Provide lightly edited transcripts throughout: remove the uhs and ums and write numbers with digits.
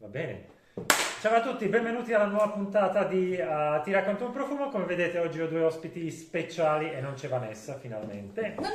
bene. Ciao a tutti, benvenuti alla nuova puntata di Ti racconto un profumo. Come vedete oggi ho due ospiti speciali e non c'è Vanessa finalmente. No!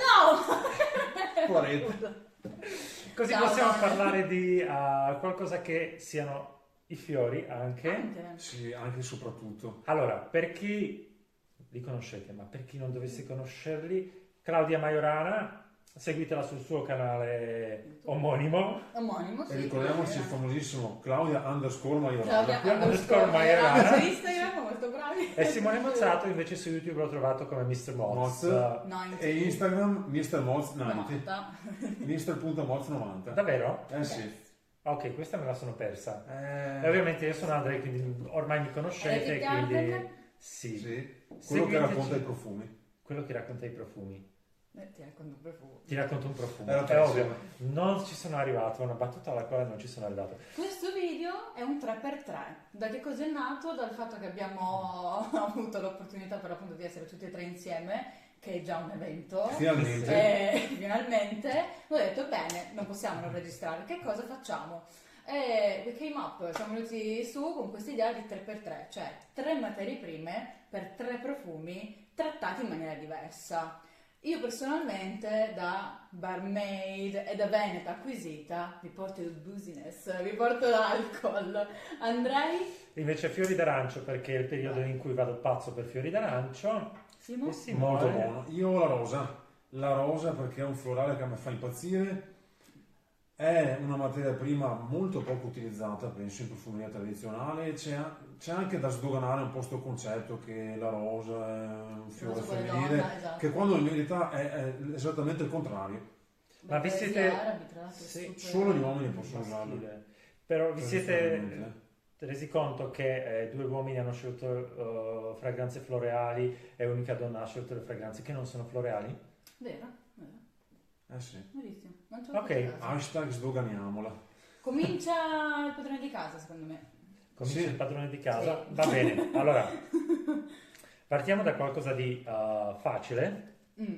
Così Ciao, possiamo Vane. parlare di qualcosa che siano i fiori anche. Sì, anche e soprattutto. Allora, per chi li conoscete, ma per chi non dovesse conoscerli, Claudia Majorana, seguitela sul suo canale omonimo. Omonimo, sì. E ricordiamoci il famosissimo Claudia _Majorana. Underscore Majorana. Su Instagram, molto bravi. E Simone Mozzato invece su YouTube l'ho trovato come Mr. Moz. E Instagram MrMoz90. 90. Mr.moz90. Davvero? Sì. Ok, questa me la sono persa. E ovviamente io sono Andrea, quindi ormai mi conoscete, quindi sì. Sì. Quello che Seguiteci. racconta i profumi. Quello che racconta i profumi. Ti racconto un profumo. Ti racconto un profumo. Era È ovvio, pessimo. non ci sono arrivato, è una battuta alla quale non ci sono arrivato. Questo video è un 3x3. Da che cosa è nato? Dal fatto che abbiamo avuto l'opportunità per appunto di essere tutti e tre insieme, che è già un evento. Finalmente. Finalmente. Ho detto bene, non possiamo non registrare, che cosa facciamo? E we came up, siamo venuti su con questa idea di 3x3, cioè 3 materie prime per 3 profumi trattati in maniera diversa. Io personalmente da barmaid e da veneta acquisita vi porto il booziness, vi porto l'alcol. Andrei? Invece fiori d'arancio, perché è il periodo in cui vado pazzo per fiori d'arancio. Simo? E Simone? Molto buono. Io ho la rosa. La rosa perché è un florale che mi fa impazzire. È una materia prima molto poco utilizzata, penso, in profumeria tradizionale. C'è anche da sdoganare un po' sto concetto che la rosa è un fiore Rosa quella femminile, donna, esatto. che quando in verità è esattamente il contrario. Ma vi Perché siete- gli arabi, tra l'altro, Sì, super- Solo gli uomini possono usarlo. Maschile. Però vi siete Tradizionalmente. resi conto che due uomini hanno scelto fragranze floreali e un'unica donna ha scelto le fragranze che non sono floreali? Vero, vero. Sì. Verissimo. Non c'ho Ok. fatto caso. Hashtag sdoganiamola. Comincia il padrone di casa, secondo me. Comincia Sì. il padrone di casa? Sì. Va bene, allora partiamo da qualcosa di facile.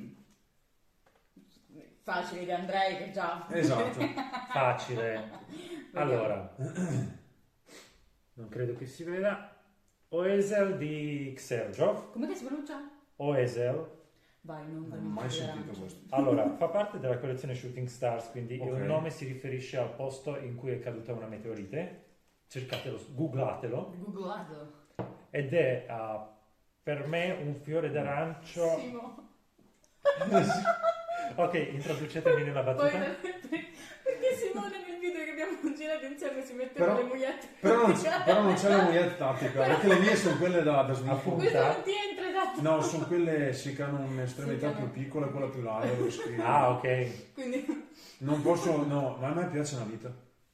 Facile di Andrei che già... Esatto. Facile. Allora, non credo che si veda. Oesel di Xerjov. Come si pronuncia? Oesel. Vai, non Non ho mai sentito questo. Allora, fa parte della collezione Shooting Stars, quindi Ok. il nome si riferisce al posto in cui è caduta una meteorite. Cercatelo, googlatelo. Googlato. Ed è per me un fiore d'arancio. Simo. Ok, introducetemi nella Poi, battuta. perché Simone nel video che abbiamo girato insieme si metteva Però- le mugliette. Però non c'è la moglietta tattica, perché le mie sono quelle da sviluppo. Questo non ti entra esatto. No, sono quelle sì, che hanno un'estremità Sì, che più hanno- piccola e quella più larga dove scrivo. Ah, ok. Quindi No, ma a me piace la vita.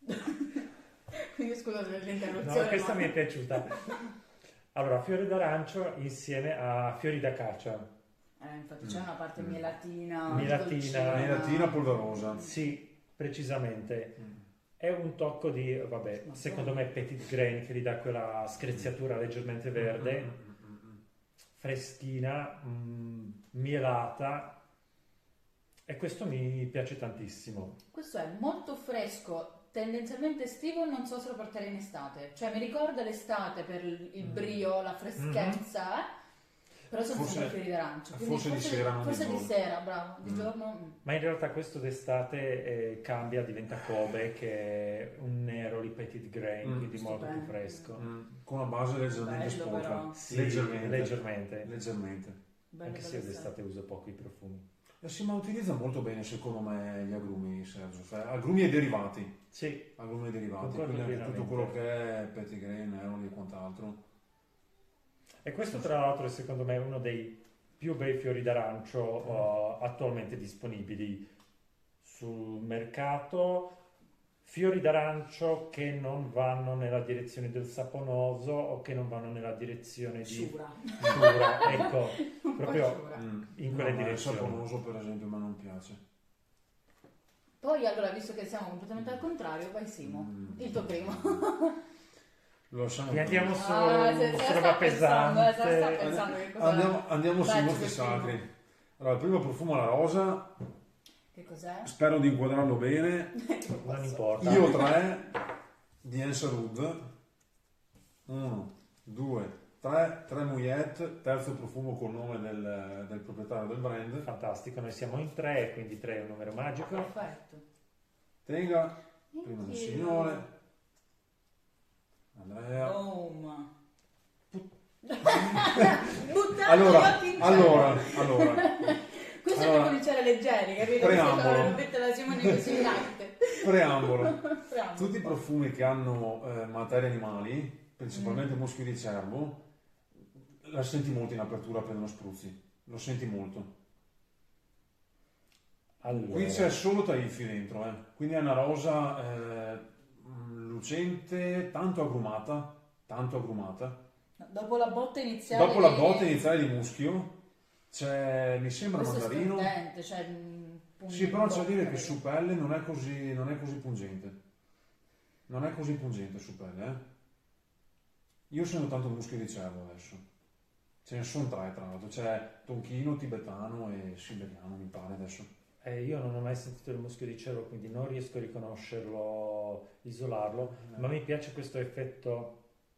scusa per l'interruzione. No, questa ma- mi è piaciuta. Allora, fiore d'arancio insieme a fiori d'acacia. Infatti c'è una parte mielatina. Mielatina. dolcina. Melatina polverosa. Sì, precisamente. È un tocco di, vabbè, Ma secondo me Petit Grain che gli dà quella screziatura leggermente verde, freschina, mielata, e questo mi piace tantissimo. Questo è molto fresco, tendenzialmente estivo, non so se lo porterei in estate. Cioè mi ricorda l'estate per il brio, la freschezza, però sono Forse- sempre fiori d'arancio. quindi forse di sera, non di Forse di giorno. sera, bravo. Di giorno... Ma in realtà questo d'estate cambia, diventa Kobe, che è un nero di Petit Grain, quindi molto più Stupendo. fresco. Con una base leggermente Bello, sporca. però. Sì, Leggermente. leggermente. Bello, Anche se io bello d'estate uso poco i profumi. Sì, ma utilizza molto bene secondo me gli agrumi, Sergio. Cioè, agrumi e derivati. Sì, Agrumi e derivati. Concordo Quindi anche tutto pienamente. quello che è Petit Grain, Neroli e quant'altro. e questo tra l'altro è secondo me uno dei più bei fiori d'arancio attualmente disponibili sul mercato. Fiori d'arancio che non vanno nella direzione del saponoso o che non vanno nella direzione di Sciura. sciura, ecco, Un po' proprio sciura. in quelle No, ma il direzioni. saponoso per esempio a me non piace. Poi allora, visto che siamo completamente al contrario, vai Simo, il tuo primo. Lo lasciamo Andiamo qui. su, se su roba pesante. sta pensando che cosa... Andiamo sui Dai, mostri ci vediamo. sacri. Allora, il primo profumo alla rosa, Che cos'è? spero di inquadrarlo bene. Non importa. Io 3, di Ensarud. 1, 2, 3 Mouillette, terzo profumo col nome del proprietario del brand. Fantastico, noi siamo in 3, quindi 3 è un numero magico. Perfetto. Tenga, prima del Thank you. signore. Andrea. Oh, ma. Allora, Questo per cominciare leggeri, capito? Preambolo. Questa è la robetta da Simone così light. Preambolo. Preambolo. Tutti i profumi che hanno materie animali, principalmente muschi di cervo, la senti molto in apertura appena lo spruzzi. Lo senti molto. Allora, Qui c'è solo tariffi dentro, quindi è una rosa lucente, tanto agrumata. Dopo la botta iniziale. Dopo la botta iniziale di muschio, mi sembra questo mandarino. è scottente, cioè, Sì, però c'è da dire che capito? su pelle non è così pungente. Non è così pungente su pelle, Io sento tanto muschio di cervo adesso. Ce ne sono 3 tra l'altro, c'è tonchino, tibetano e siberiano, mi pare adesso. io non ho mai sentito il muschio di cervo, quindi non riesco a riconoscerlo, isolarlo, ma mi piace questo effetto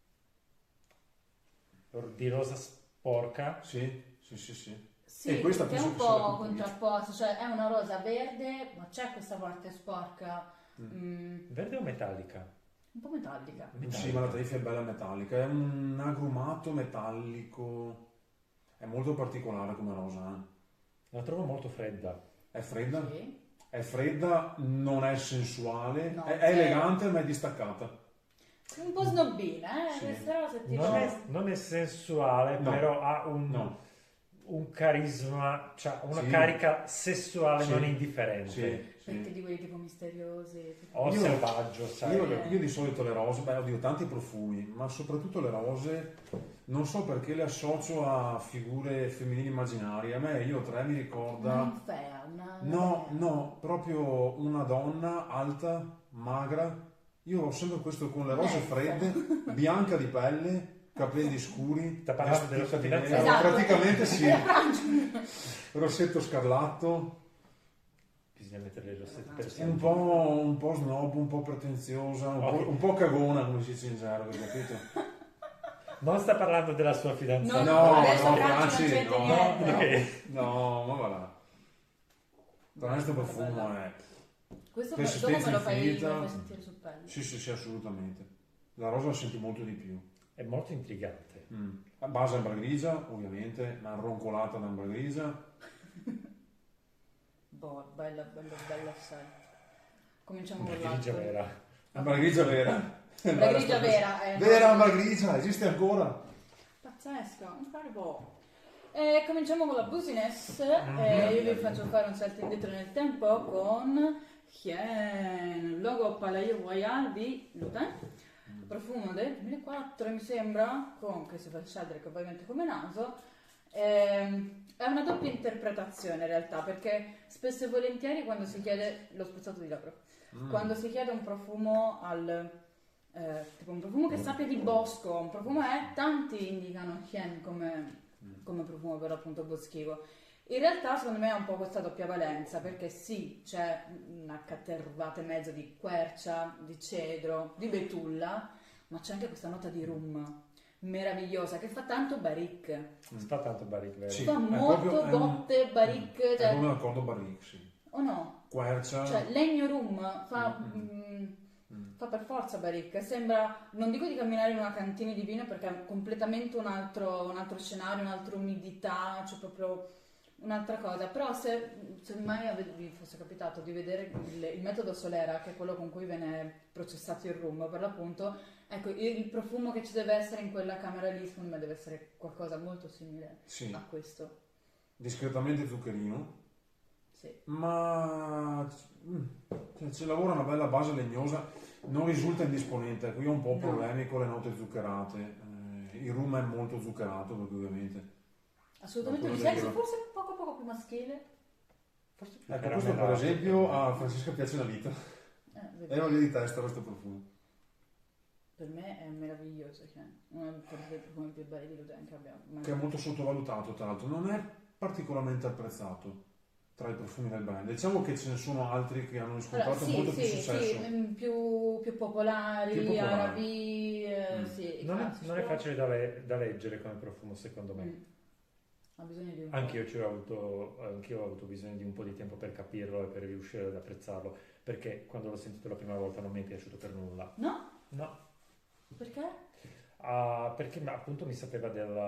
di rosa sporca. Sì. Sì, E questa che è penso un che sia la po' più contrapposto, cioè è una rosa verde, ma c'è questa parte sporca, Verde o metallica? un po' metallica. Sì, ma la tariffa è bella metallica, è un agrumato metallico, è molto particolare come rosa. La trovo molto fredda. È fredda? Sì. È fredda, non è sensuale, No, è elegante ma è distaccata. Un po' snobbina, Sì. questa rosa è tipo... Non è sensuale, No. però ha No. un carisma, cioè una Sì. carica sessuale Sì. non indifferente. Sì. Aspetti di quelli tipo misteriosi. Tipo... O Io- selvaggio, sai. Io di solito le rose, oddio, tanti profumi, ma soprattutto le rose, non so perché le associo a figure femminili immaginarie. A me, io 3 mi Una ricorda... ninfea, una... No, proprio una donna alta, magra. Io ho sempre questo con le rose fredde, bianca di pelle, capelli scuri, Sta parlando della sua vestita di fidanzata? nero. Esatto. Praticamente sì. È Francia. Rossetto scarlatto, Bisogna mettere le rossette per un sempre. po' snob, un po' pretenziosa, Ok. un po' cagona, come si dice in gergo, capito? Non sta parlando della sua fidanzata. No, adesso no, Francia non Franci, c'entra no. niente. Ok. No, ma va là. Per me questo profumo è... Questo Persistenza dopo me lo fai infinita. sentire sul pelle. Sì, assolutamente. La rosa la senti molto di più. È molto intrigante. A base ambra grigia, ovviamente, una roncolata d'ambra grigia. Boh, bella assai. Cominciamo con Grigia l'altro. vera. Ambra grigia vera. La grigia vera. Vera ambra grigia, esiste ancora. Pazzesco, incredible. Cominciamo con la business. Io vi faccio fare un salto indietro nel tempo con Hien, logo Palais Royal di Lutin, profumo del 2004 mi sembra, con Christopher Sheldrick ovviamente come naso. È una doppia interpretazione in realtà, perché spesso e volentieri quando si chiede, l'ho spruzzato di là proprio, quando si chiede un profumo tipo un profumo che sappia di bosco, un profumo tanti indicano Hien come profumo per l'appunto boschivo. In realtà secondo me ha un po' questa doppia valenza, perché sì, c'è una catervata e mezzo di quercia, di cedro, di betulla, ma c'è anche questa nota di rum meravigliosa che fa tanto barrique. Si fa tanto barrique, vero? Sì. Fa è molto proprio- è un- botte, barrique, È cioè, come un accordo barrique, sì. o no? Quercia. Cioè legno rum fa per forza barrique, sembra, non dico di camminare in una cantina di vino perché è completamente un altro scenario, un'altra umidità, c'è proprio un'altra cosa, però se mai vi fosse capitato di vedere il metodo Solera, che è quello con cui viene processato il rum per l'appunto, ecco, il profumo che ci deve essere in quella camera lì secondo me deve essere qualcosa molto simile Sì, a questo. discretamente zuccherino, Sì. ma cioè, ci lavora una bella base legnosa, non risulta indisponente. Ecco, io ho un po' No. problemi con le note zuccherate. Il rum è molto zuccherato, perché ovviamente. Assolutamente Ma un quello senso che- forse poco più maschile. Forse più Ecco, questo per caramellato. esempio a Francesca piace la vita. Vedi. È una via di testa questo profumo. Per me è meraviglioso, cioè, uno dei profumi più belli di Lutin che abbiamo. Che è molto sottovalutato, tra l'altro. Non è particolarmente apprezzato. tra i profumi del brand. Diciamo che ce ne sono altri che hanno riscontrato Allora, sì, molto più sì, successo. sì, più popolari, Più popolari. arabi, sì, i Non classici, è però- facile da leggere come profumo, secondo me. Mm. Ha bisogno di un po'. Anch'io ho avuto bisogno di un po' di tempo per capirlo e per riuscire ad apprezzarlo, perché quando l'ho sentito la prima volta non mi è piaciuto per nulla. No? No, Perché? perché appunto mi sapeva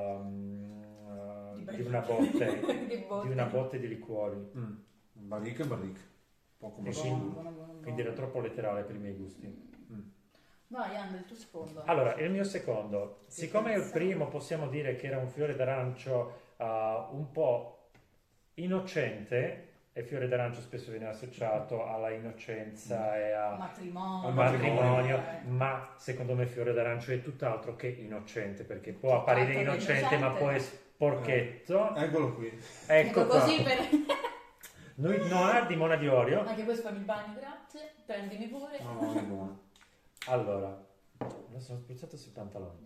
Di di una botte, Di botte. di una botte di liquori, Barrique e barrique. Poco E ma sì. sicuro. Buono. quindi era troppo letterale per i miei gusti. Vai, Ander, il tuo secondo. Allora, il mio secondo, Sì, siccome il pensavo. primo possiamo dire che era un fiore d'arancio un po' innocente, e fiore d'arancio spesso viene associato alla innocenza e a Matrimonio. Al matrimonio, eh. ma secondo me fiore d'arancio è tutt'altro che innocente, perché può Tutt'altro apparire che innocente ma innocente. poi è sporchetto. Eccolo qui. Ecco Dico qua. così per... Noi Noir di Mona di Orio. Anche questo fammi il bagno, grazie. Prendimi pure. No, è buono. Allora, adesso ho spruzzato sui pantaloni.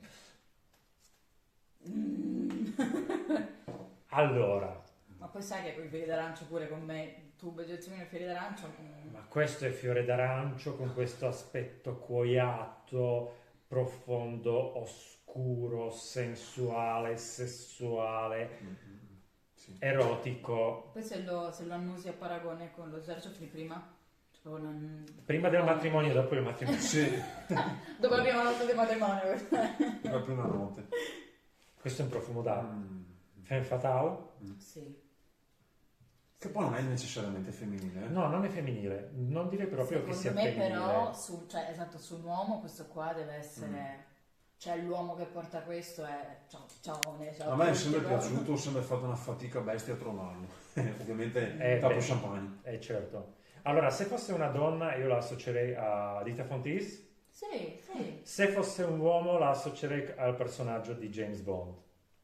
Allora, Ma poi sai che con i fiori d'arancio pure con me, tu vegezione e fiori d'arancio... ma questo è fiore d'arancio con questo aspetto cuoiato, profondo, oscuro, sensuale, sessuale, Sì. erotico. Poi se lo annusi a paragone con lo Zercio di prima, tipo Prima del matrimonio e dopo il matrimonio. Sì, dopo la prima notte di matrimonio. la prima notte. Questo è un profumo da Mm. femme fatale? Sì. Che poi non è necessariamente femminile. No, non è femminile. Non direi proprio che sia Secondo me femminile. però, su un uomo questo qua deve essere... Cioè l'uomo che porta questo è... Ciao, A me è sempre piaciuto, ho sempre fatto una fatica bestia a trovarlo. Ovviamente tappo beh. champagne. Certo. Allora, se fosse una donna io la associerei a Dita Fontis. Sì. Se fosse un uomo la associerei al personaggio di James Bond.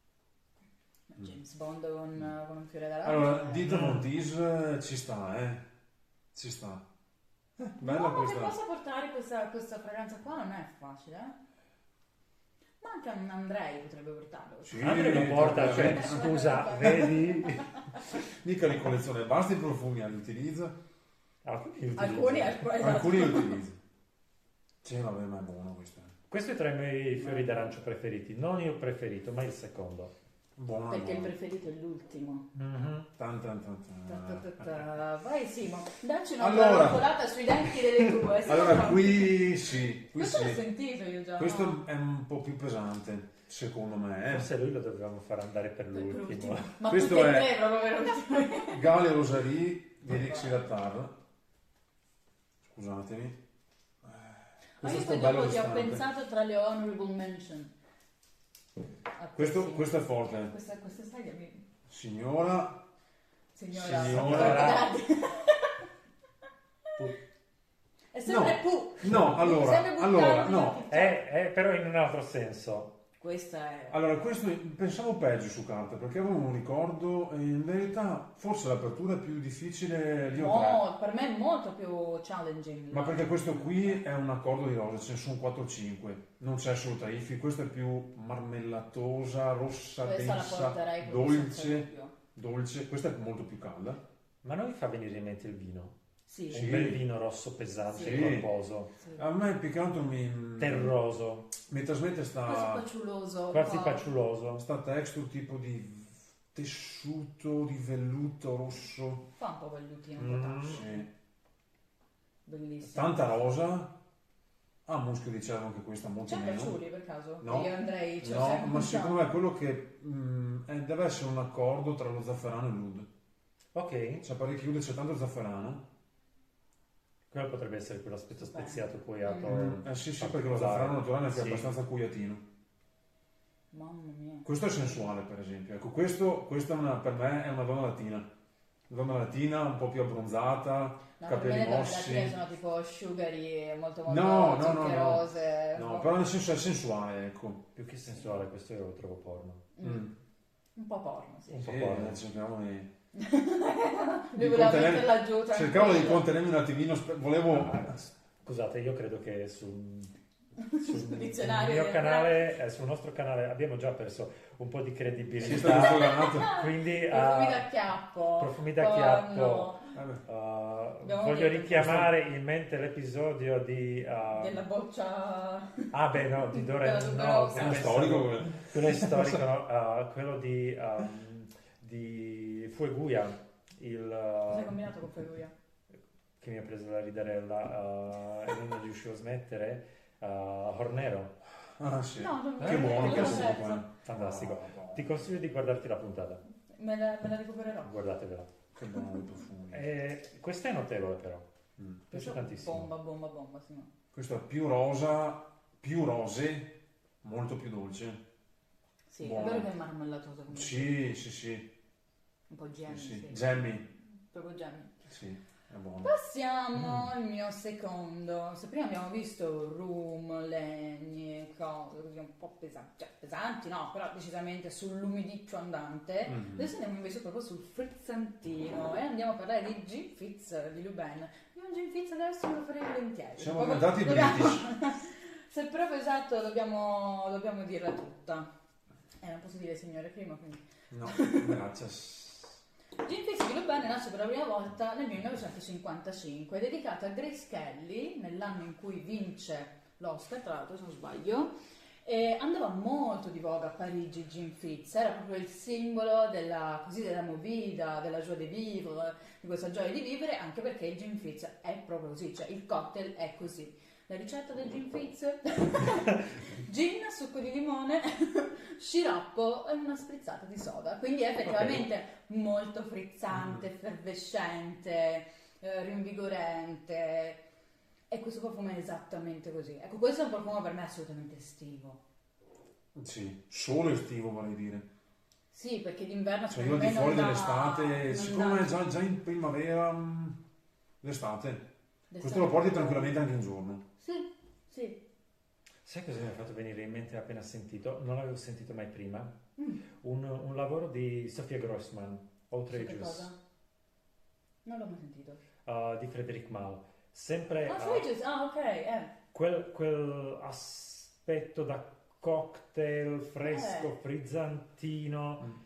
James Bond con un fiore d'arancio. Allora, Dita Montis ci sta, Ci sta. Bella L'uomo che questa. possa portare questa fragranza qua non è facile, Ma anche un Andrei potrebbe portarlo. Sì, Andre lo porta, cioè, vabbè. scusa, vedi? Mica li collezione, basta i profumi, li utilizza. Alcuni esatto. Alcuni li utilizza. Sì, vabbè, ma è buono questo. Questo è tra i miei fiori d'arancio preferiti, non il preferito, ma il secondo. Buono. Perché il buono. preferito è l'ultimo. Tan. Vai Simo, dacci una Allora. colata sui denti delle tue. se Allora, no- qui sì, qui Questo l'ho sì. sentito io già. Questo no? è un po' più pesante, secondo me. Forse lui lo dovevamo far andare per Per l'ultimo. l'ultimo. Ma Questo tutti e è- tre proprio per l'ultimo. Gale Rosary di Rixi Lattar. Scusatemi. Ma Questo io sta poi bello dopo ti ho distante. pensato tra le honorable mention. Questo è forte. Questa sai che mi... Signora. Signora. Signora. È sempre No. pu. No, allora, Sempre buttarmi allora, nel no. piccione. È però in un altro senso. Questa è... Allora, questo pensavo peggio su carta perché avevo un ricordo e in verità forse l'apertura è più difficile lì o tre. Per me è molto più challenging. Ma perché questo qui è un accordo di rose, ce ne sono 4-5, non c'è solo traifi, questa è più marmellatosa, rossa, Questa la densa, porterei proprio senza dolce, dubbio. dolce, questa è molto più calda. Ma non mi fa venire in mente il vino. Sì. Sì. Un bel vino rosso pesante, Sì. corposo, Sì. A me più che altro mi terroso, trasmette Quasi sta paciuloso. quasi qua. paciuloso. texture tipo di tessuto, di velluto rosso. Fa un po' vellutino, un po' tanto. Sì. Bellissimo. Tanta rosa. Ah, muschio dicevo anche questa molto C'è meno. Paciuli per caso? No. Io andrei... Cioè, No, sempre ma un secondo ciao. me è quello che deve essere un accordo tra lo zafferano e l'oud. Ok, C'è parecchio oud, c'è tanto zafferano. quello potrebbe essere quell'aspetto Stupendo. speziato, cuoiato. Sì, perché lo particolare. zafferano naturale è anche Sì. abbastanza cuiatino. Mamma mia. Questo è sensuale, per esempio. Ecco, questa per me è una donna latina. Una donna latina, un po' più abbronzata, No, per me capelli le donne mossi. latine sono tipo sugary, molto molto No, zuccherose. No, però nel senso è sensuale, ecco. Più che sensuale, questo io lo trovo porno. Un po' porno, sì. Un po' Sì, porno. cercavo di... Lui voleva metterla giù cercavo di tranquillo. contenermi un attimino, volevo... Scusate, io credo che su sul Dizionario mio del canale, sul nostro canale abbiamo già perso un po' di Sì, sta credibilità, ristorante. quindi Profumi da chiappo. profumi da chiappo. Abbiamo Voglio detto richiamare in mente l'episodio di della boccia. ah beh no, di Dora della no, tuberosa. È pensavo- storico quello. quello è storico, no? Quello di Fueguia, Cosa hai combinato con Perugia? che mi ha preso la ridarella e non riuscivo a smettere, Hornero, Ah sì. No, non Che buono che è l'ho stato perso. quello. fantastico. Oh, Ti consiglio di guardarti la puntata, Me la recupererò. guardatevela. che buono i profumi. Questa è notevole però, Mm. piace Questo tantissimo. bomba, sì. Questo è più rosa, più rose, molto più dolce. Sì, è Buono. vero che è marmellatoso comunque. Sì. Un po' gemmy, Sì. sì. Gemmy. Proprio gemmy. Sì, è buono. Passiamo al mio secondo. Se prima abbiamo visto rum, legni, cose così un po' pesanti, cioè pesanti no, però decisamente sull'umidiccio andante. Mhm. Adesso andiamo invece proprio sul frizzantino e andiamo a parlare di Gin Fizz di Luben. Io un Gin Fizz adesso me lo farei volentieri. Siamo Proprio- diventati dobbiamo- british. Se proprio esatto dobbiamo dirla tutta. Non posso dire signore prima, quindi. No, grazie. Gin Fizz di Luben nasce per la prima volta nel 1955, dedicato a Grace Kelly, nell'anno in cui vince l'Oscar, tra l'altro se non sbaglio, e andava molto di voga a Parigi Gin Fizz, era proprio il simbolo della movida, della joie de vivre, di questa gioia di vivere, anche perché il Gin Fizz è proprio così, cioè il cocktail è così. La ricetta del Gin Fizz? Gin, succo di limone, sciroppo e una sprizzata di soda. Quindi è effettivamente molto frizzante, effervescente, rinvigorente. E questo profumo è esattamente così. Ecco, questo è un profumo per me assolutamente estivo. Sì, solo estivo vorrei dire. Sì, perché d'inverno Cioè secondo io al me di fuori non dell'estate, non siccome dà- è già in primavera, l'estate. d'estate. Questo lo porti tranquillamente anche in giorno. Sì. Sai cosa mi ha fatto venire in mente appena sentito? Non l'avevo sentito mai prima. Mm. Un lavoro di Sofia Grossman, Su che Outrageous, cosa? Non l'ho mai sentito. di Frederic Malle. Sempre Outrageous, ok, quel aspetto da cocktail fresco, Eh. frizzantino,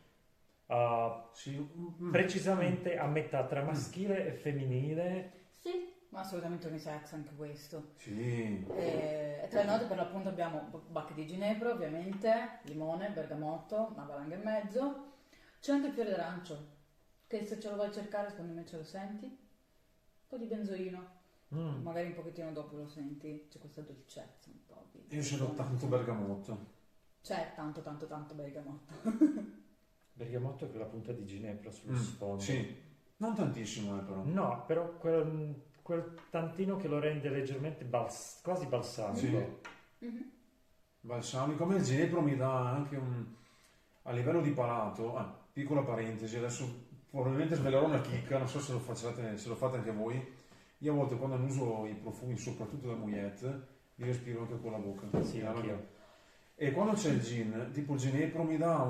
Sì. precisamente a metà tra maschile e femminile. Sì, ma assolutamente unisex anche questo. Sì. E tra le note per l'appunto abbiamo bacche di ginepro, ovviamente, limone, bergamotto, una valanga e mezzo. C'è anche il fiore d'arancio, che se ce lo vuoi cercare secondo me ce lo senti. Un po' di benzoino, magari un pochettino dopo lo senti, c'è questa dolcezza un po' di... Io sento tanto bergamotto. C'è tanto bergamotto. Bergamotto e quella punta di ginepro sullo sfondo. Sì, non tantissimo però. No, però quel tantino che lo rende leggermente quasi balsamico. Sì. Mhm. Balsamico, come il ginepro mi dà anche a livello di palato, piccola parentesi, adesso probabilmente svelerò una chicca, non so se lo fate anche voi. Io a volte quando uso i profumi, soprattutto da Mouillette, mi respiro anche con la bocca. Sì, anch'io. E quando c'è il gin, tipo il ginepro mi dà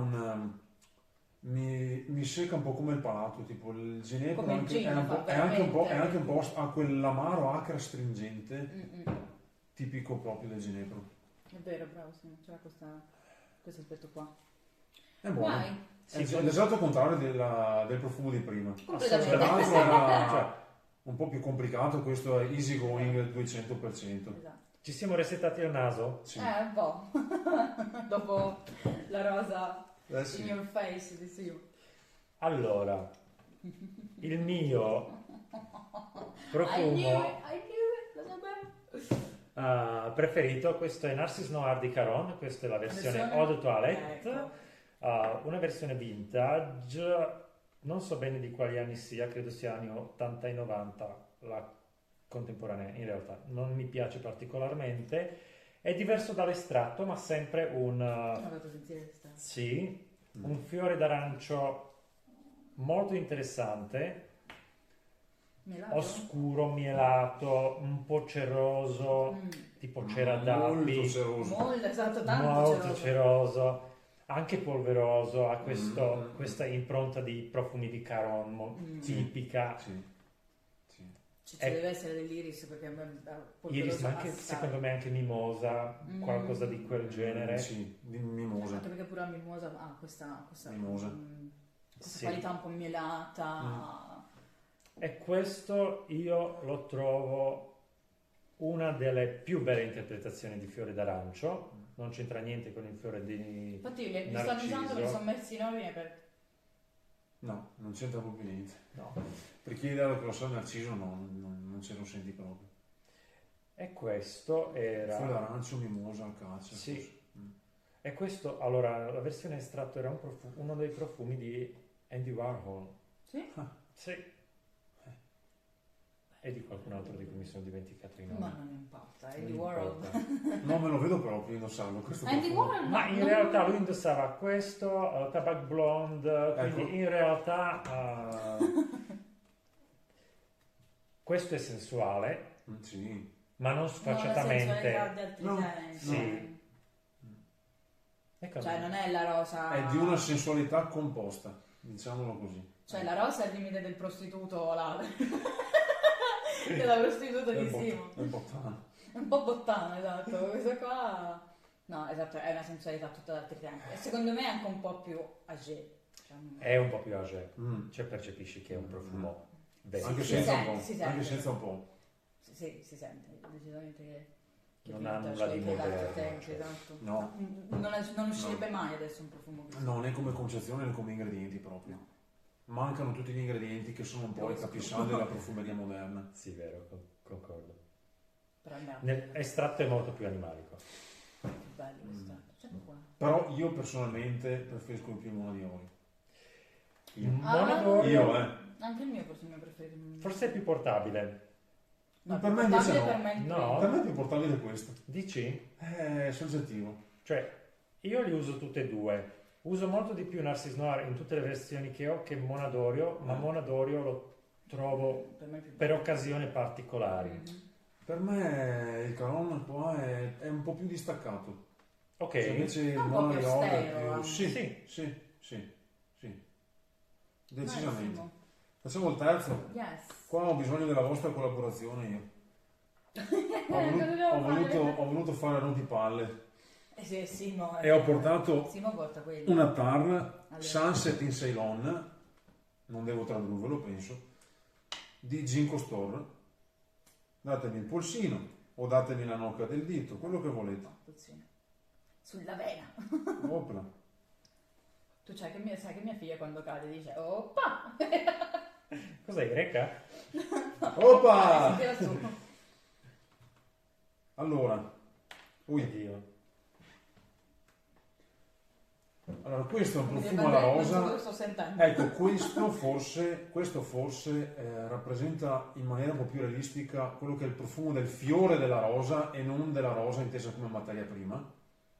mi secca un po' come il palato, tipo il ginepro Come il anche, gin, è, un fa po', è anche un po', veramente- è anche un po' ha quell'amaro acre astringente Mm-mm. tipico proprio del ginepro. È vero, bravo, sì, c'era questo aspetto qua. È buono. Vai, È l'esatto contrario del profumo di prima. completamente. L'altro era un po' più complicato, questo è easy going 200%. Esatto. Ci siamo resettati al naso? Sì. Un po'. Dopo la rosa Sì. in your face di Sio. Allora, il mio I profumo knew it, lo sapevo. preferito, questo è Narcisse Noir di Caron, questa è la versione Eau de Toilette, Ecco. una versione vintage, non so bene di quali anni sia, credo sia anni 80 e 90, la contemporanea in realtà, non mi piace particolarmente, è diverso dall'estratto ma sempre Sono andato a sentire questa. sì, un fiore d'arancio molto interessante, Melato? oscuro, mielato, un po' ceroso, tipo cera d'appi, Molto ceroso. Molto, esatto, tanto molto ceroso. ceroso, anche polveroso, ha Mm. questa impronta di profumi di Caron Mm. tipica. Sì. Sì. Ci deve essere dell'iris perché è polveroso Iris, ma anche, assai. secondo me anche mimosa, qualcosa di quel genere. Sì, di mimosa. Anche perché pure la mimosa ha questa Mimosa. questa Sì. qualità un po' mielata. E questo io lo trovo una delle più belle interpretazioni di fiore d'arancio. Non c'entra niente con il fiore di Infatti io li sto usando, me li sono messi in ordine per... No, non c'entra proprio niente. No. Per chi idea che lo sa il narciso non ce lo senti proprio. E questo era... Fiore d'arancio, mimosa, acacia. Sì. forse. E questo, allora, la versione estratto era uno dei profumi di Andy Warhol. Sì? Sì. E di qualcun altro di cui mi sono dimenticato i nomi. Ma non importa, Non Andy Warhol. importa. Non me lo vedo proprio indossarlo. Questo Andy profumo. Warhol Ma in realtà lui indossava questo, Tabac Blonde, quindi Ecco. in realtà questo è sensuale, Sì. ma non Non la sensualità sfacciatamente. di altri No, sensi. sì. Ecco, Cioè non è la rosa... È di una sensualità composta, diciamolo così. Cioè la rosa è il limite del prostituto là. Della prostituta di Simo. È bottano. È un po' bottana, esatto. Questa qua... No, esatto, è una sensualità tutta d'altri tempi. E secondo me è anche un po' più âgé. Cioè, è un po' più âgé, Mm. cioè percepisci che è un profumo vecchio. Anche si senza sente, un po'. si sente. Anche senza un po'. Sì, si sente decisamente che Non vintage, ha nulla di che d'altri moderno, tempi, cioè. esatto. No. Non uscirebbe mai adesso un profumo così. No, né come concezione né come ingredienti proprio. Mancano tutti gli ingredienti che sono un po' i capisaldi della profumeria moderna. Sì, vero, concordo. Però è Estratto è molto più animalico. bello questo. C'è qua. Però io personalmente preferisco il Pimona di olio. Io. Monadorio Io, Anche il mio forse è il mio preferito. forse è più portabile. No, per me invece portabile no. per me il No. Per me è più portabile questo. Dici? È soggettivo. Cioè, io li uso tutte e due. Uso molto di più Narcisse Noir in tutte le versioni che ho che Monadorio, ma Monadorio lo trovo per me il più per occasioni particolari. Mhm. Per me il Caron qua è un po' più distaccato. Ok, Cioè, invece il un po' Mona più di olio è austero, più... anche. Sì. Decisamente. Massimo. Facciamo il terzo. Yes. Qua ho bisogno della vostra collaborazione io. Cosa dobbiamo fare? Ho voluto fare rompipalle Sì, Simo. e ho portato Simo porta quelli. una tar Sunset in Ceylon, non devo tradurvelo penso, di Ginkgo Store. Datemi il polsino o datemi la nocca del dito, quello che volete. Puzzino. Sulla vena. Opla. Tu sai che mia figlia quando cade dice oppa. cos'è Greca? Oppa! Si tira su. Allora, Oddio. allora, questo è un Mi profumo deve alla mandare- non so rosa. cosa sto sentendo. Ecco, questo forse rappresenta in maniera un po' più realistica quello che è il profumo del fiore della rosa e non della rosa intesa come materia prima.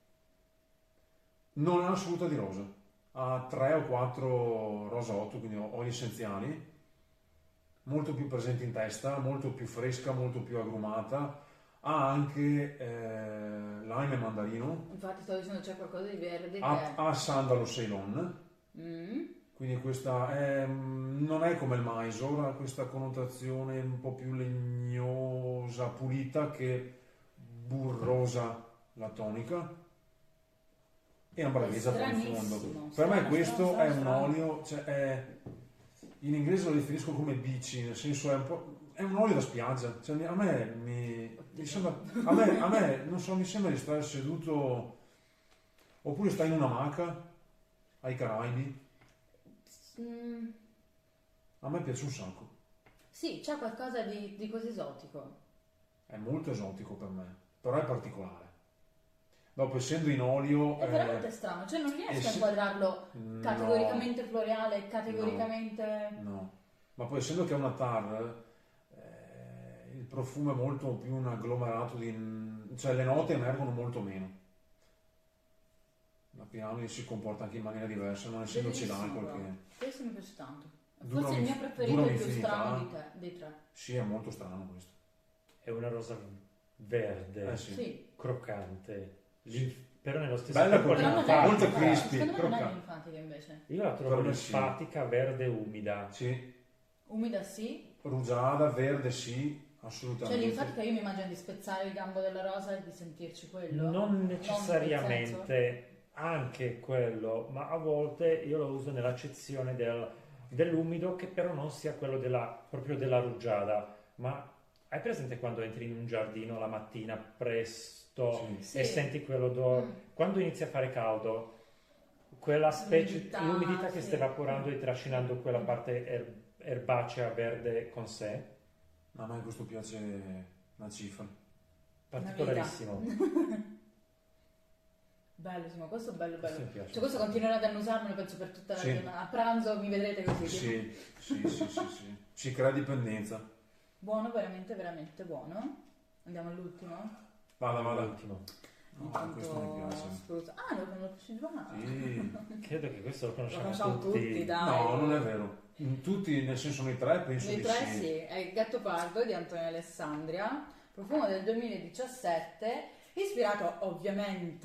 Non ha assoluta di rosa, ha 3 o 4 rosotto, quindi oli essenziali, molto più presenti in testa, molto più fresca, molto più agrumata. Ha anche lime e mandarino, Infatti sto dicendo c'è qualcosa di verde che ha sandalo Ceylon. Mm. Quindi questa non è come il Mysore, ha questa connotazione un po' più legnosa, pulita che burrosa la tonica e ambragesa È poi in fondo. stranissimo, Per me strano, questo strano, è un strano. olio, cioè in inglese lo definisco come bici, nel senso è un olio da spiaggia. Cioè, a me mi sembra, a me non so, mi sembra di stare seduto oppure stai in un'amaca ai Caraibi. Mm. A me piace un sacco. Sì, c'è qualcosa di così esotico. È molto esotico per me, però è particolare. Dopo, essendo in olio... È veramente strano, cioè non riesco a se- inquadrarlo no, categoricamente floreale, categoricamente... No, ma poi essendo che è una tar, il profumo è molto più un agglomerato di... cioè le note emergono molto meno. La piramide si comporta anche in maniera diversa, non essendoci Bellissimo, l'alcol però. che... Questo mi piace tanto. Dura Forse il mio un- preferito dura è il più un'infinità. strano dei tre. Sì, è molto strano questo. È una rosa verde, Sì. Sì. croccante, però nello stesso Bella tempo Però non è linfatica. molto linfatica. crispy, Secondo me non è croccante. linfatica invece. Io la trovo Per me sì. linfatica, verde, umida. Sì, Umida sì, rugiada, verde sì, Cioè assolutamente. l'infatica io mi immagino di spezzare il gambo della rosa e di sentirci quello. Non nel senso? necessariamente anche quello, ma a volte io lo uso nell'accezione dell'umido che però non sia quello proprio della rugiada, ma hai presente quando entri in un giardino la mattina presto Sì. e Sì. senti quell'odore? Quando inizia a fare caldo, quella specie, l'umidità che sì. sta evaporando e trascinando quella parte erbacea verde con sé, A me questo piace una cifra. particolarissimo. Bellissimo, questo è bello bello. Questo mi piace. Cioè questo continuerò ad annusarmelo penso per tutta la Sì. giornata. A pranzo mi vedrete così. tipo. Sì. Ci crea dipendenza. Buono, veramente, veramente buono. Andiamo all'ultimo. Vada. L'ultimo. No, questo mi piace. spruzzo. Ah, lo conosci già? Sì. Credo che questo lo Lo conosciamo, conosciamo tutti, dai. No, non è vero. Tutti, nel senso noi tre, penso Nei di tre sì. sì, è il Gattopardo di Antonio Alessandria, profumo del 2017, ispirato ovviamente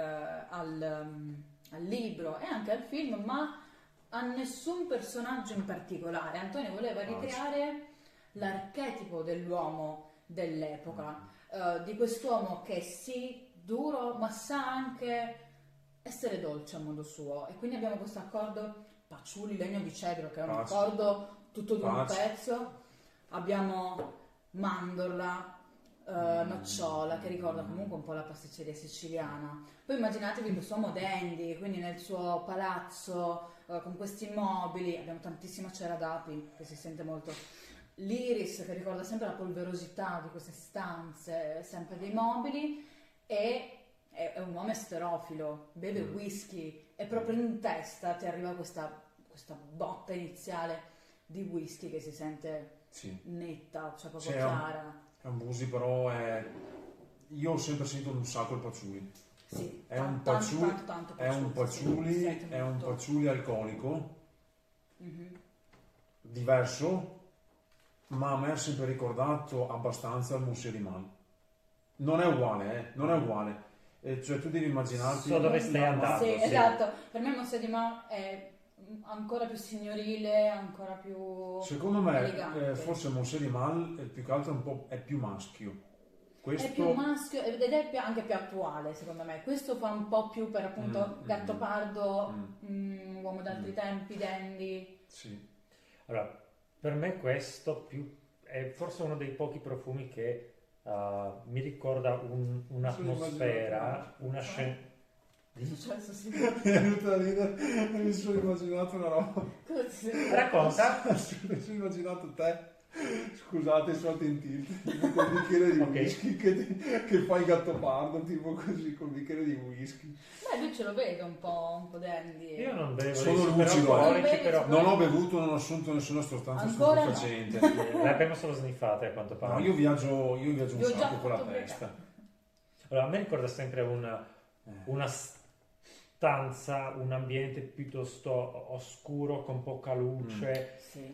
al libro e anche al film, ma a nessun personaggio in particolare. Antonio voleva ricreare l'archetipo dell'uomo dell'epoca, di quest'uomo che sì, duro, ma sa anche essere dolce a modo suo. E quindi abbiamo questo accordo Paciuli, legno di cedro, che è un Pace. accordo tutto di un Pace. pezzo. Abbiamo mandorla, nocciola, che ricorda comunque un po' la pasticceria siciliana. Poi immaginatevi quest'uomo dandy, quindi nel suo palazzo, con questi mobili. Abbiamo tantissima cera d'api, che si sente molto. L'iris, che ricorda sempre la polverosità di queste stanze, sempre dei mobili. E è un uomo esterofilo, beve whisky e proprio in testa ti arriva questa botta iniziale di whisky che si sente Sì. netta, cioè proprio C'è chiara. È un busi, però è... Io ho sempre sentito un sacco il paciuli. Sì, È un tanto, paciuli, tanto è un paciuli, sì, paciuli, senti è un molto. paciuli alcolico, Mhm. diverso, ma a me ha sempre ricordato abbastanza il Musée di Mal. Non è uguale, non è uguale. Cioè tu devi immaginarti... So dove stai andando. Sì, sì. esatto. Per me Mosse di Ma è ancora più signorile, ancora più Secondo me, elegante. forse Musée di Mal più che altro è più maschio. Questo... È più maschio ed è anche più attuale, secondo me. Questo fa un po' più per appunto Gattopardo, uomo d'altri tempi, dandy. Sì. Allora, per me questo è forse uno dei pochi profumi che mi ricorda un'atmosfera, una scena. Che è successo? Sì. Mi è venuta a ridere, mi sono immaginato una roba. Cosa ti sei- Racconta. Mi sono immaginato te, scusate, sono in tilt, tipo col bicchiere di Ok. whisky che fai il Gattopardo, tipo così, col bicchiere di whisky. Beh, lui ce lo vedo un po' dandy. Io non bevo Sono dei super lucido, alcolici, Non però bevi Non ho bevuto, non ho assunto nessuna sostanza Ancora no. stupefacente. le abbiamo solo sniffate a quanto No, pare. io viaggio un Vi ho già sacco con la fatto testa. Allora, a me ricorda sempre una stanza, un ambiente piuttosto oscuro, con poca luce, Sì.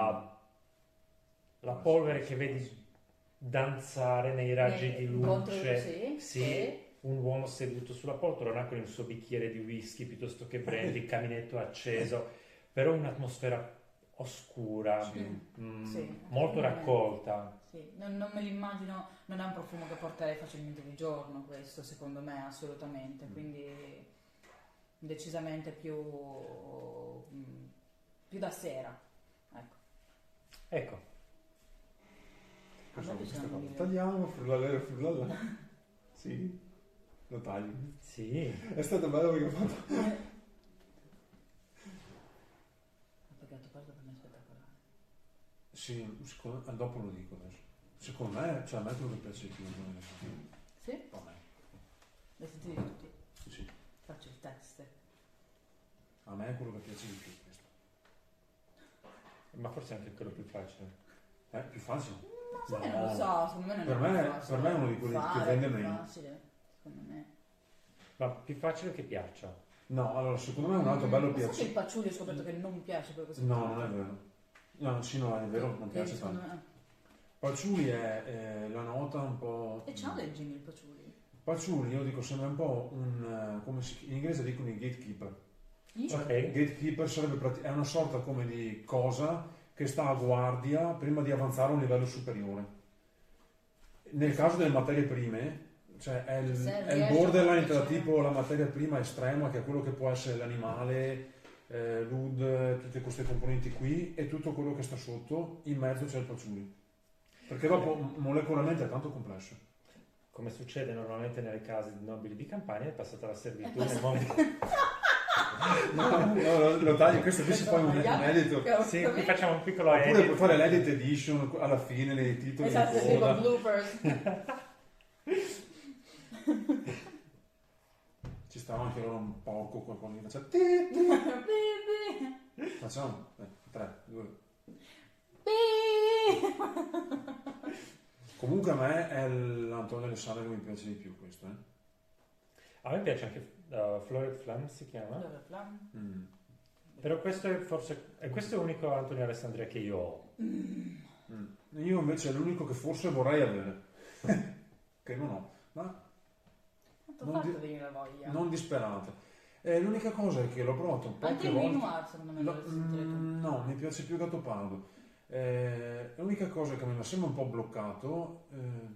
la polvere che vedi danzare nei raggi di luce, Sì. un uomo seduto sulla poltrona con il suo bicchiere di whisky piuttosto che brandy, il caminetto acceso, però un'atmosfera oscura, Sì. Sì, molto assolutamente. raccolta. Sì, non me l'immagino, non è un profumo che porterei facilmente di giorno questo, secondo me, assolutamente, quindi decisamente più da sera. Ecco. Ecco, A me piacciono i- Tagliamo, frullala. Sì, lo tagli. sì. È stato bello perché ho fatto... Perché Gattopardo per me è spettacolare. Sì, dopo lo dico adesso. Secondo me, cioè a me è quello che piace di più. Sì? A me. Le sentite tutti? Sì. Faccio il test. A me è quello che piace di più questo. Ma forse anche quello più facile. È più facile. Ma sai, non lo so, secondo me non Per è me- più facile. per me è uno di quelli che Fare, vende più meglio. facile, secondo me. Ma più facile che piaccia. No, allora secondo me un altro bello Ma sai che piace. il Paciuli ho scoperto che non mi piace per questo No, non è vero. No, sì, no, è vero, non Che piace secondo tanto. me- Palciuli è la nota un po'... E c'ha del gin il Paciuli? Palciuli, io dico, sembra un po' in inglese dicono i gatekeeper. Io? Ok. Gatekeeper è una sorta come di cosa che sta a guardia prima di avanzare a un livello superiore. Nel caso delle materie prime, cioè è il borderline tra tipo la materia prima estrema, che è quello che può essere l'animale, l'ud, tutte queste componenti qui, e tutto quello che sta sotto, in mezzo c'è il patchouli. Perché dopo molecolarmente è tanto complesso. Come succede normalmente nelle case di nobili di campagna, è passata la servitù nel mondo. No, lo taglio, questo qui si fa un edito. Sì, qui facciamo un piccolo Oppure edit. puoi fare l'edit edition alla fine nei titoli. Esatto, di tipo coda. bloopers. Ci stava anche loro un poco qualcosa che faceva. Facciamo 3, 2. Comunque a me è l'Antonio Alessandro che mi piace di più questo. A me piace anche Florid Flam, si chiama. Però questo è forse questo è l'unico Antonio Alessandria che io ho. Io invece è l'unico che forse vorrei avere. Che non ho. Ma non disperate. L'unica cosa è che l'ho provato poche anche il volte. Noir secondo me lo No, mi piace più Gattopardo. L'unica cosa che mi sembra un po' bloccato,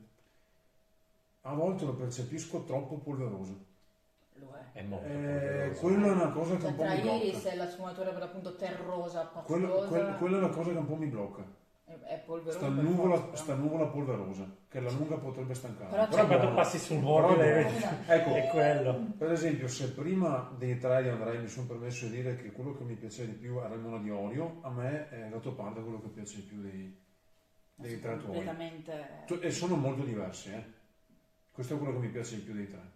a volte lo percepisco troppo polveroso. Lo è. È molto polveroso. Quella è una cosa che Cioè, un po' tra mi blocca. Iris e la sfumatura per appunto terrosa, Quella pazzosa, è una cosa che un po' mi blocca. è polverosa. Sta nuvola polverosa, che alla lunga potrebbe stancare. Però Però quando buono. passi sul Però mobile buono. Esatto. Ecco, è quello. per esempio, se prima dei 3 di Andrei mi sono permesso di dire che quello che mi piaceva di più era il Mona di Olio, a me è Gattopardo quello che piace di più dei 3 tuoi. Completamente. E sono molto diversi, Questo è quello che mi piace di più dei 3.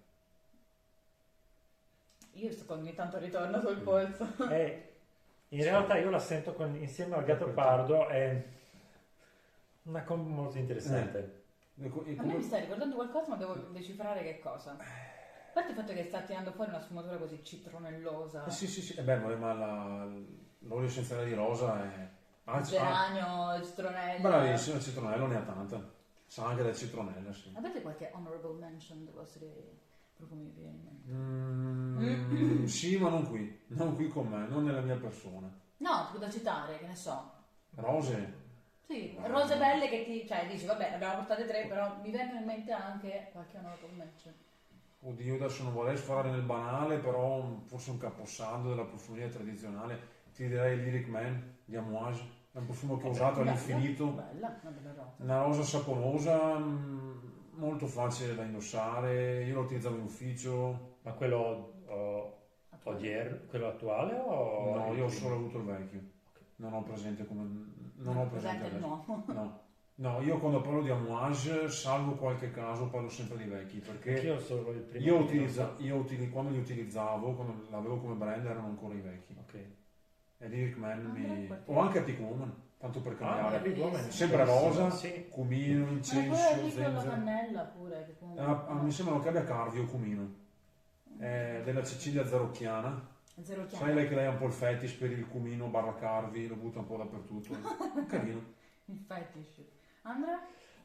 Io sto ogni tanto ritorno sul polso. In realtà io la sento insieme al Gattopardo, è una combo molto interessante. A me mi stai ricordando qualcosa, ma devo decifrare che cosa. A parte il fatto che sta tirando fuori una sfumatura così citronellosa. Sì. Ma l'olio essenziale di rosa è... Geranio, citronello. Bravissimo, il citronello ne ha tanta. Sa anche del citronello, sì. Avete qualche honorable mention dei vostri profumi che vi viene in mente? Sì, ma non qui con me, non nella mia persona. No, tipo da citare, che ne so. Rose. Sì, rose belle che cioè dici, vabbè, ne abbiamo portate 3, però mi vengono in mente anche qualche honorable mention. Oddio, adesso non vorrei sforare nel banale, però forse un caposaldo della profumeria tradizionale. Ti direi Lyric Man di Amouage. È un profumo che ho usato all'infinito. Bella, una bella rosa. Una rosa saponosa, molto facile da indossare. Io lo utilizzavo in ufficio. Ma quello quello attuale o... No, io ho solo avuto il vecchio. Non ho presente come... Non ho presente il adesso. nuovo. No, io quando parlo di Amouage, salvo qualche caso, parlo sempre di vecchi, perché Io solo il primo. quando li utilizzavo, quando l'avevo come brand, erano ancora i vecchi. Ok. E Lyric Man perché? o anche Arctic Woman, tanto per cambiare. Big Woman. Sempre rosa, Sì. cumino, Ma poi incenso, lì con la zenzero. cannella pure. Che comunque... Mi sembrano che abbia cardi o cumino. Della Cecilia Zarocchiana. Zero chiaro. Sai lei che lei ha un po' il fetish per il cumino barra carvi, lo butta un po' dappertutto. Carino. Il fetish. Andrea?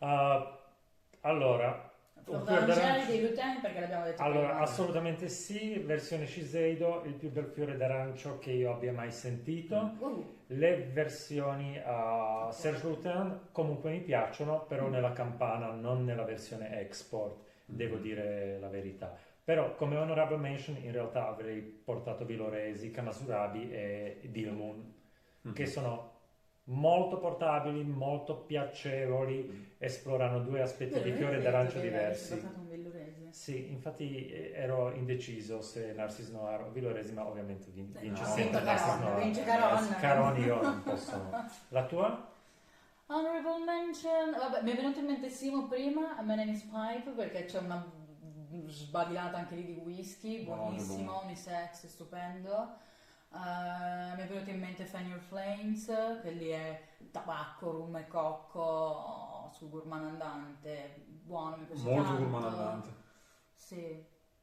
Allora, Florangeli dei gluteni perché l'abbiamo detto allora, prima. assolutamente sì, versione Shiseido, il più bel fiore d'arancio che io abbia mai sentito. Le versioni Serge Lutens comunque mi piacciono, però nella campana, non nella versione export, devo dire la verità. Però come honorable mention in realtà avrei portato Villoresi, Kamasurabi e Dilmun, che sono molto portabili, molto piacevoli, esplorano due aspetti di fiore d'arancio diversi. Sì, infatti ero indeciso se Narcisse Noir o Villoresi, ma ovviamente vince sempre Narcisse Noir. Vince Caron. Caron io non posso. La tua? Honorable mention, vabbè, mi è venuto in mente Simo prima, A Man and His Pipe, perché c'è una sbadilata anche lì di whisky, buonissimo, unisex, stupendo. Mi è venuto in mente Fan Your Flames, che lì è tabacco, rum e cocco sul gourmand andante, buono, mi piace Molto tanto. gourmand andante. Sì.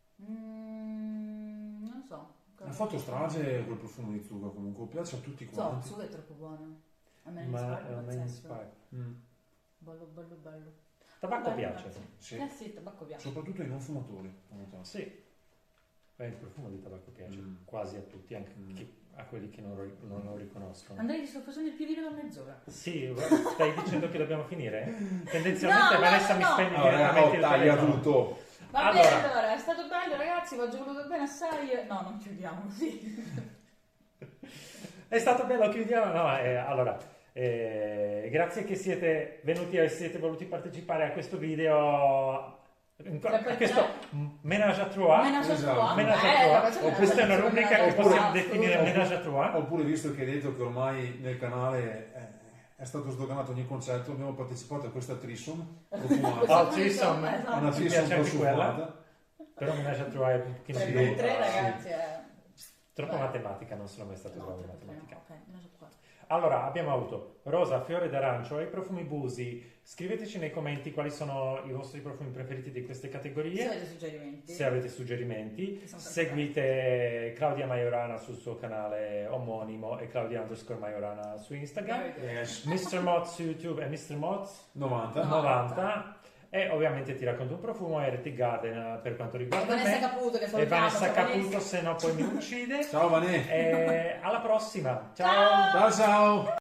Non so. Ha fatto strage quel profumo di zucca, comunque piace a tutti quanti. Zucca è troppo buono. A me Ma ne ispira. Bello. Tabacco Vabbè, piace. grazie. Sì. Sì, tabacco piace. Soprattutto ai non fumatori. ho notato. Sì. Beh, il profumo di tabacco piace quasi a tutti, anche a quelli che non lo riconoscono. Andrei ti sto facendo il piedino da mezz'ora. Sì, stai dicendo che dobbiamo finire? Tendenzialmente No, Vanessa no, mi no. spegne Allora, direttamente il taglia telefono. tutto. Va bene, Allora. allora, è stato bello ragazzi, vi ho voluto bene assai. No, non chiudiamo così. È stato bello, chiudiamo. No, allora, grazie che siete venuti e siete voluti partecipare a questo video. A questo Ménage à Trois. Menage a Esatto. trois. Menage à facciamo trois. Questa è una rubrica che menage à possiamo trois. definire Ménage à Trois. Oppure, visto che hai detto che ormai nel canale è stato sdoganato ogni concetto, abbiamo partecipato a questa threesome profumata. Oh, threesome. Esatto. Una Ci threesome piace anche quella. profumata. Però Ménage à Trois è un pochino Tre più... per tre Sì. ragazzi, Troppo Beh. matematica, non sono mai stato bravo in tre per tre, matematica. ok, menage à trois. Allora, abbiamo avuto rosa, fiore d'arancio e i profumi busi. Scriveteci nei commenti quali sono i vostri profumi preferiti di queste Se categorie. avete suggerimenti. Se avete suggerimenti, Che sono seguite Claudia Majorana sul suo canale omonimo e Claudia_Majorana su Instagram, Yes. Mr. Mod su YouTube e Mr. Mod 90. 90 e ovviamente Ti racconto un profumo e Heretic Garden per quanto E riguarda Vanessa me Caputo che e salutiamo. Vanessa ciao, Caputo, Vanessa. se no poi mi uccide. Ciao Vanè. E alla prossima, ciao. Ciao ciao.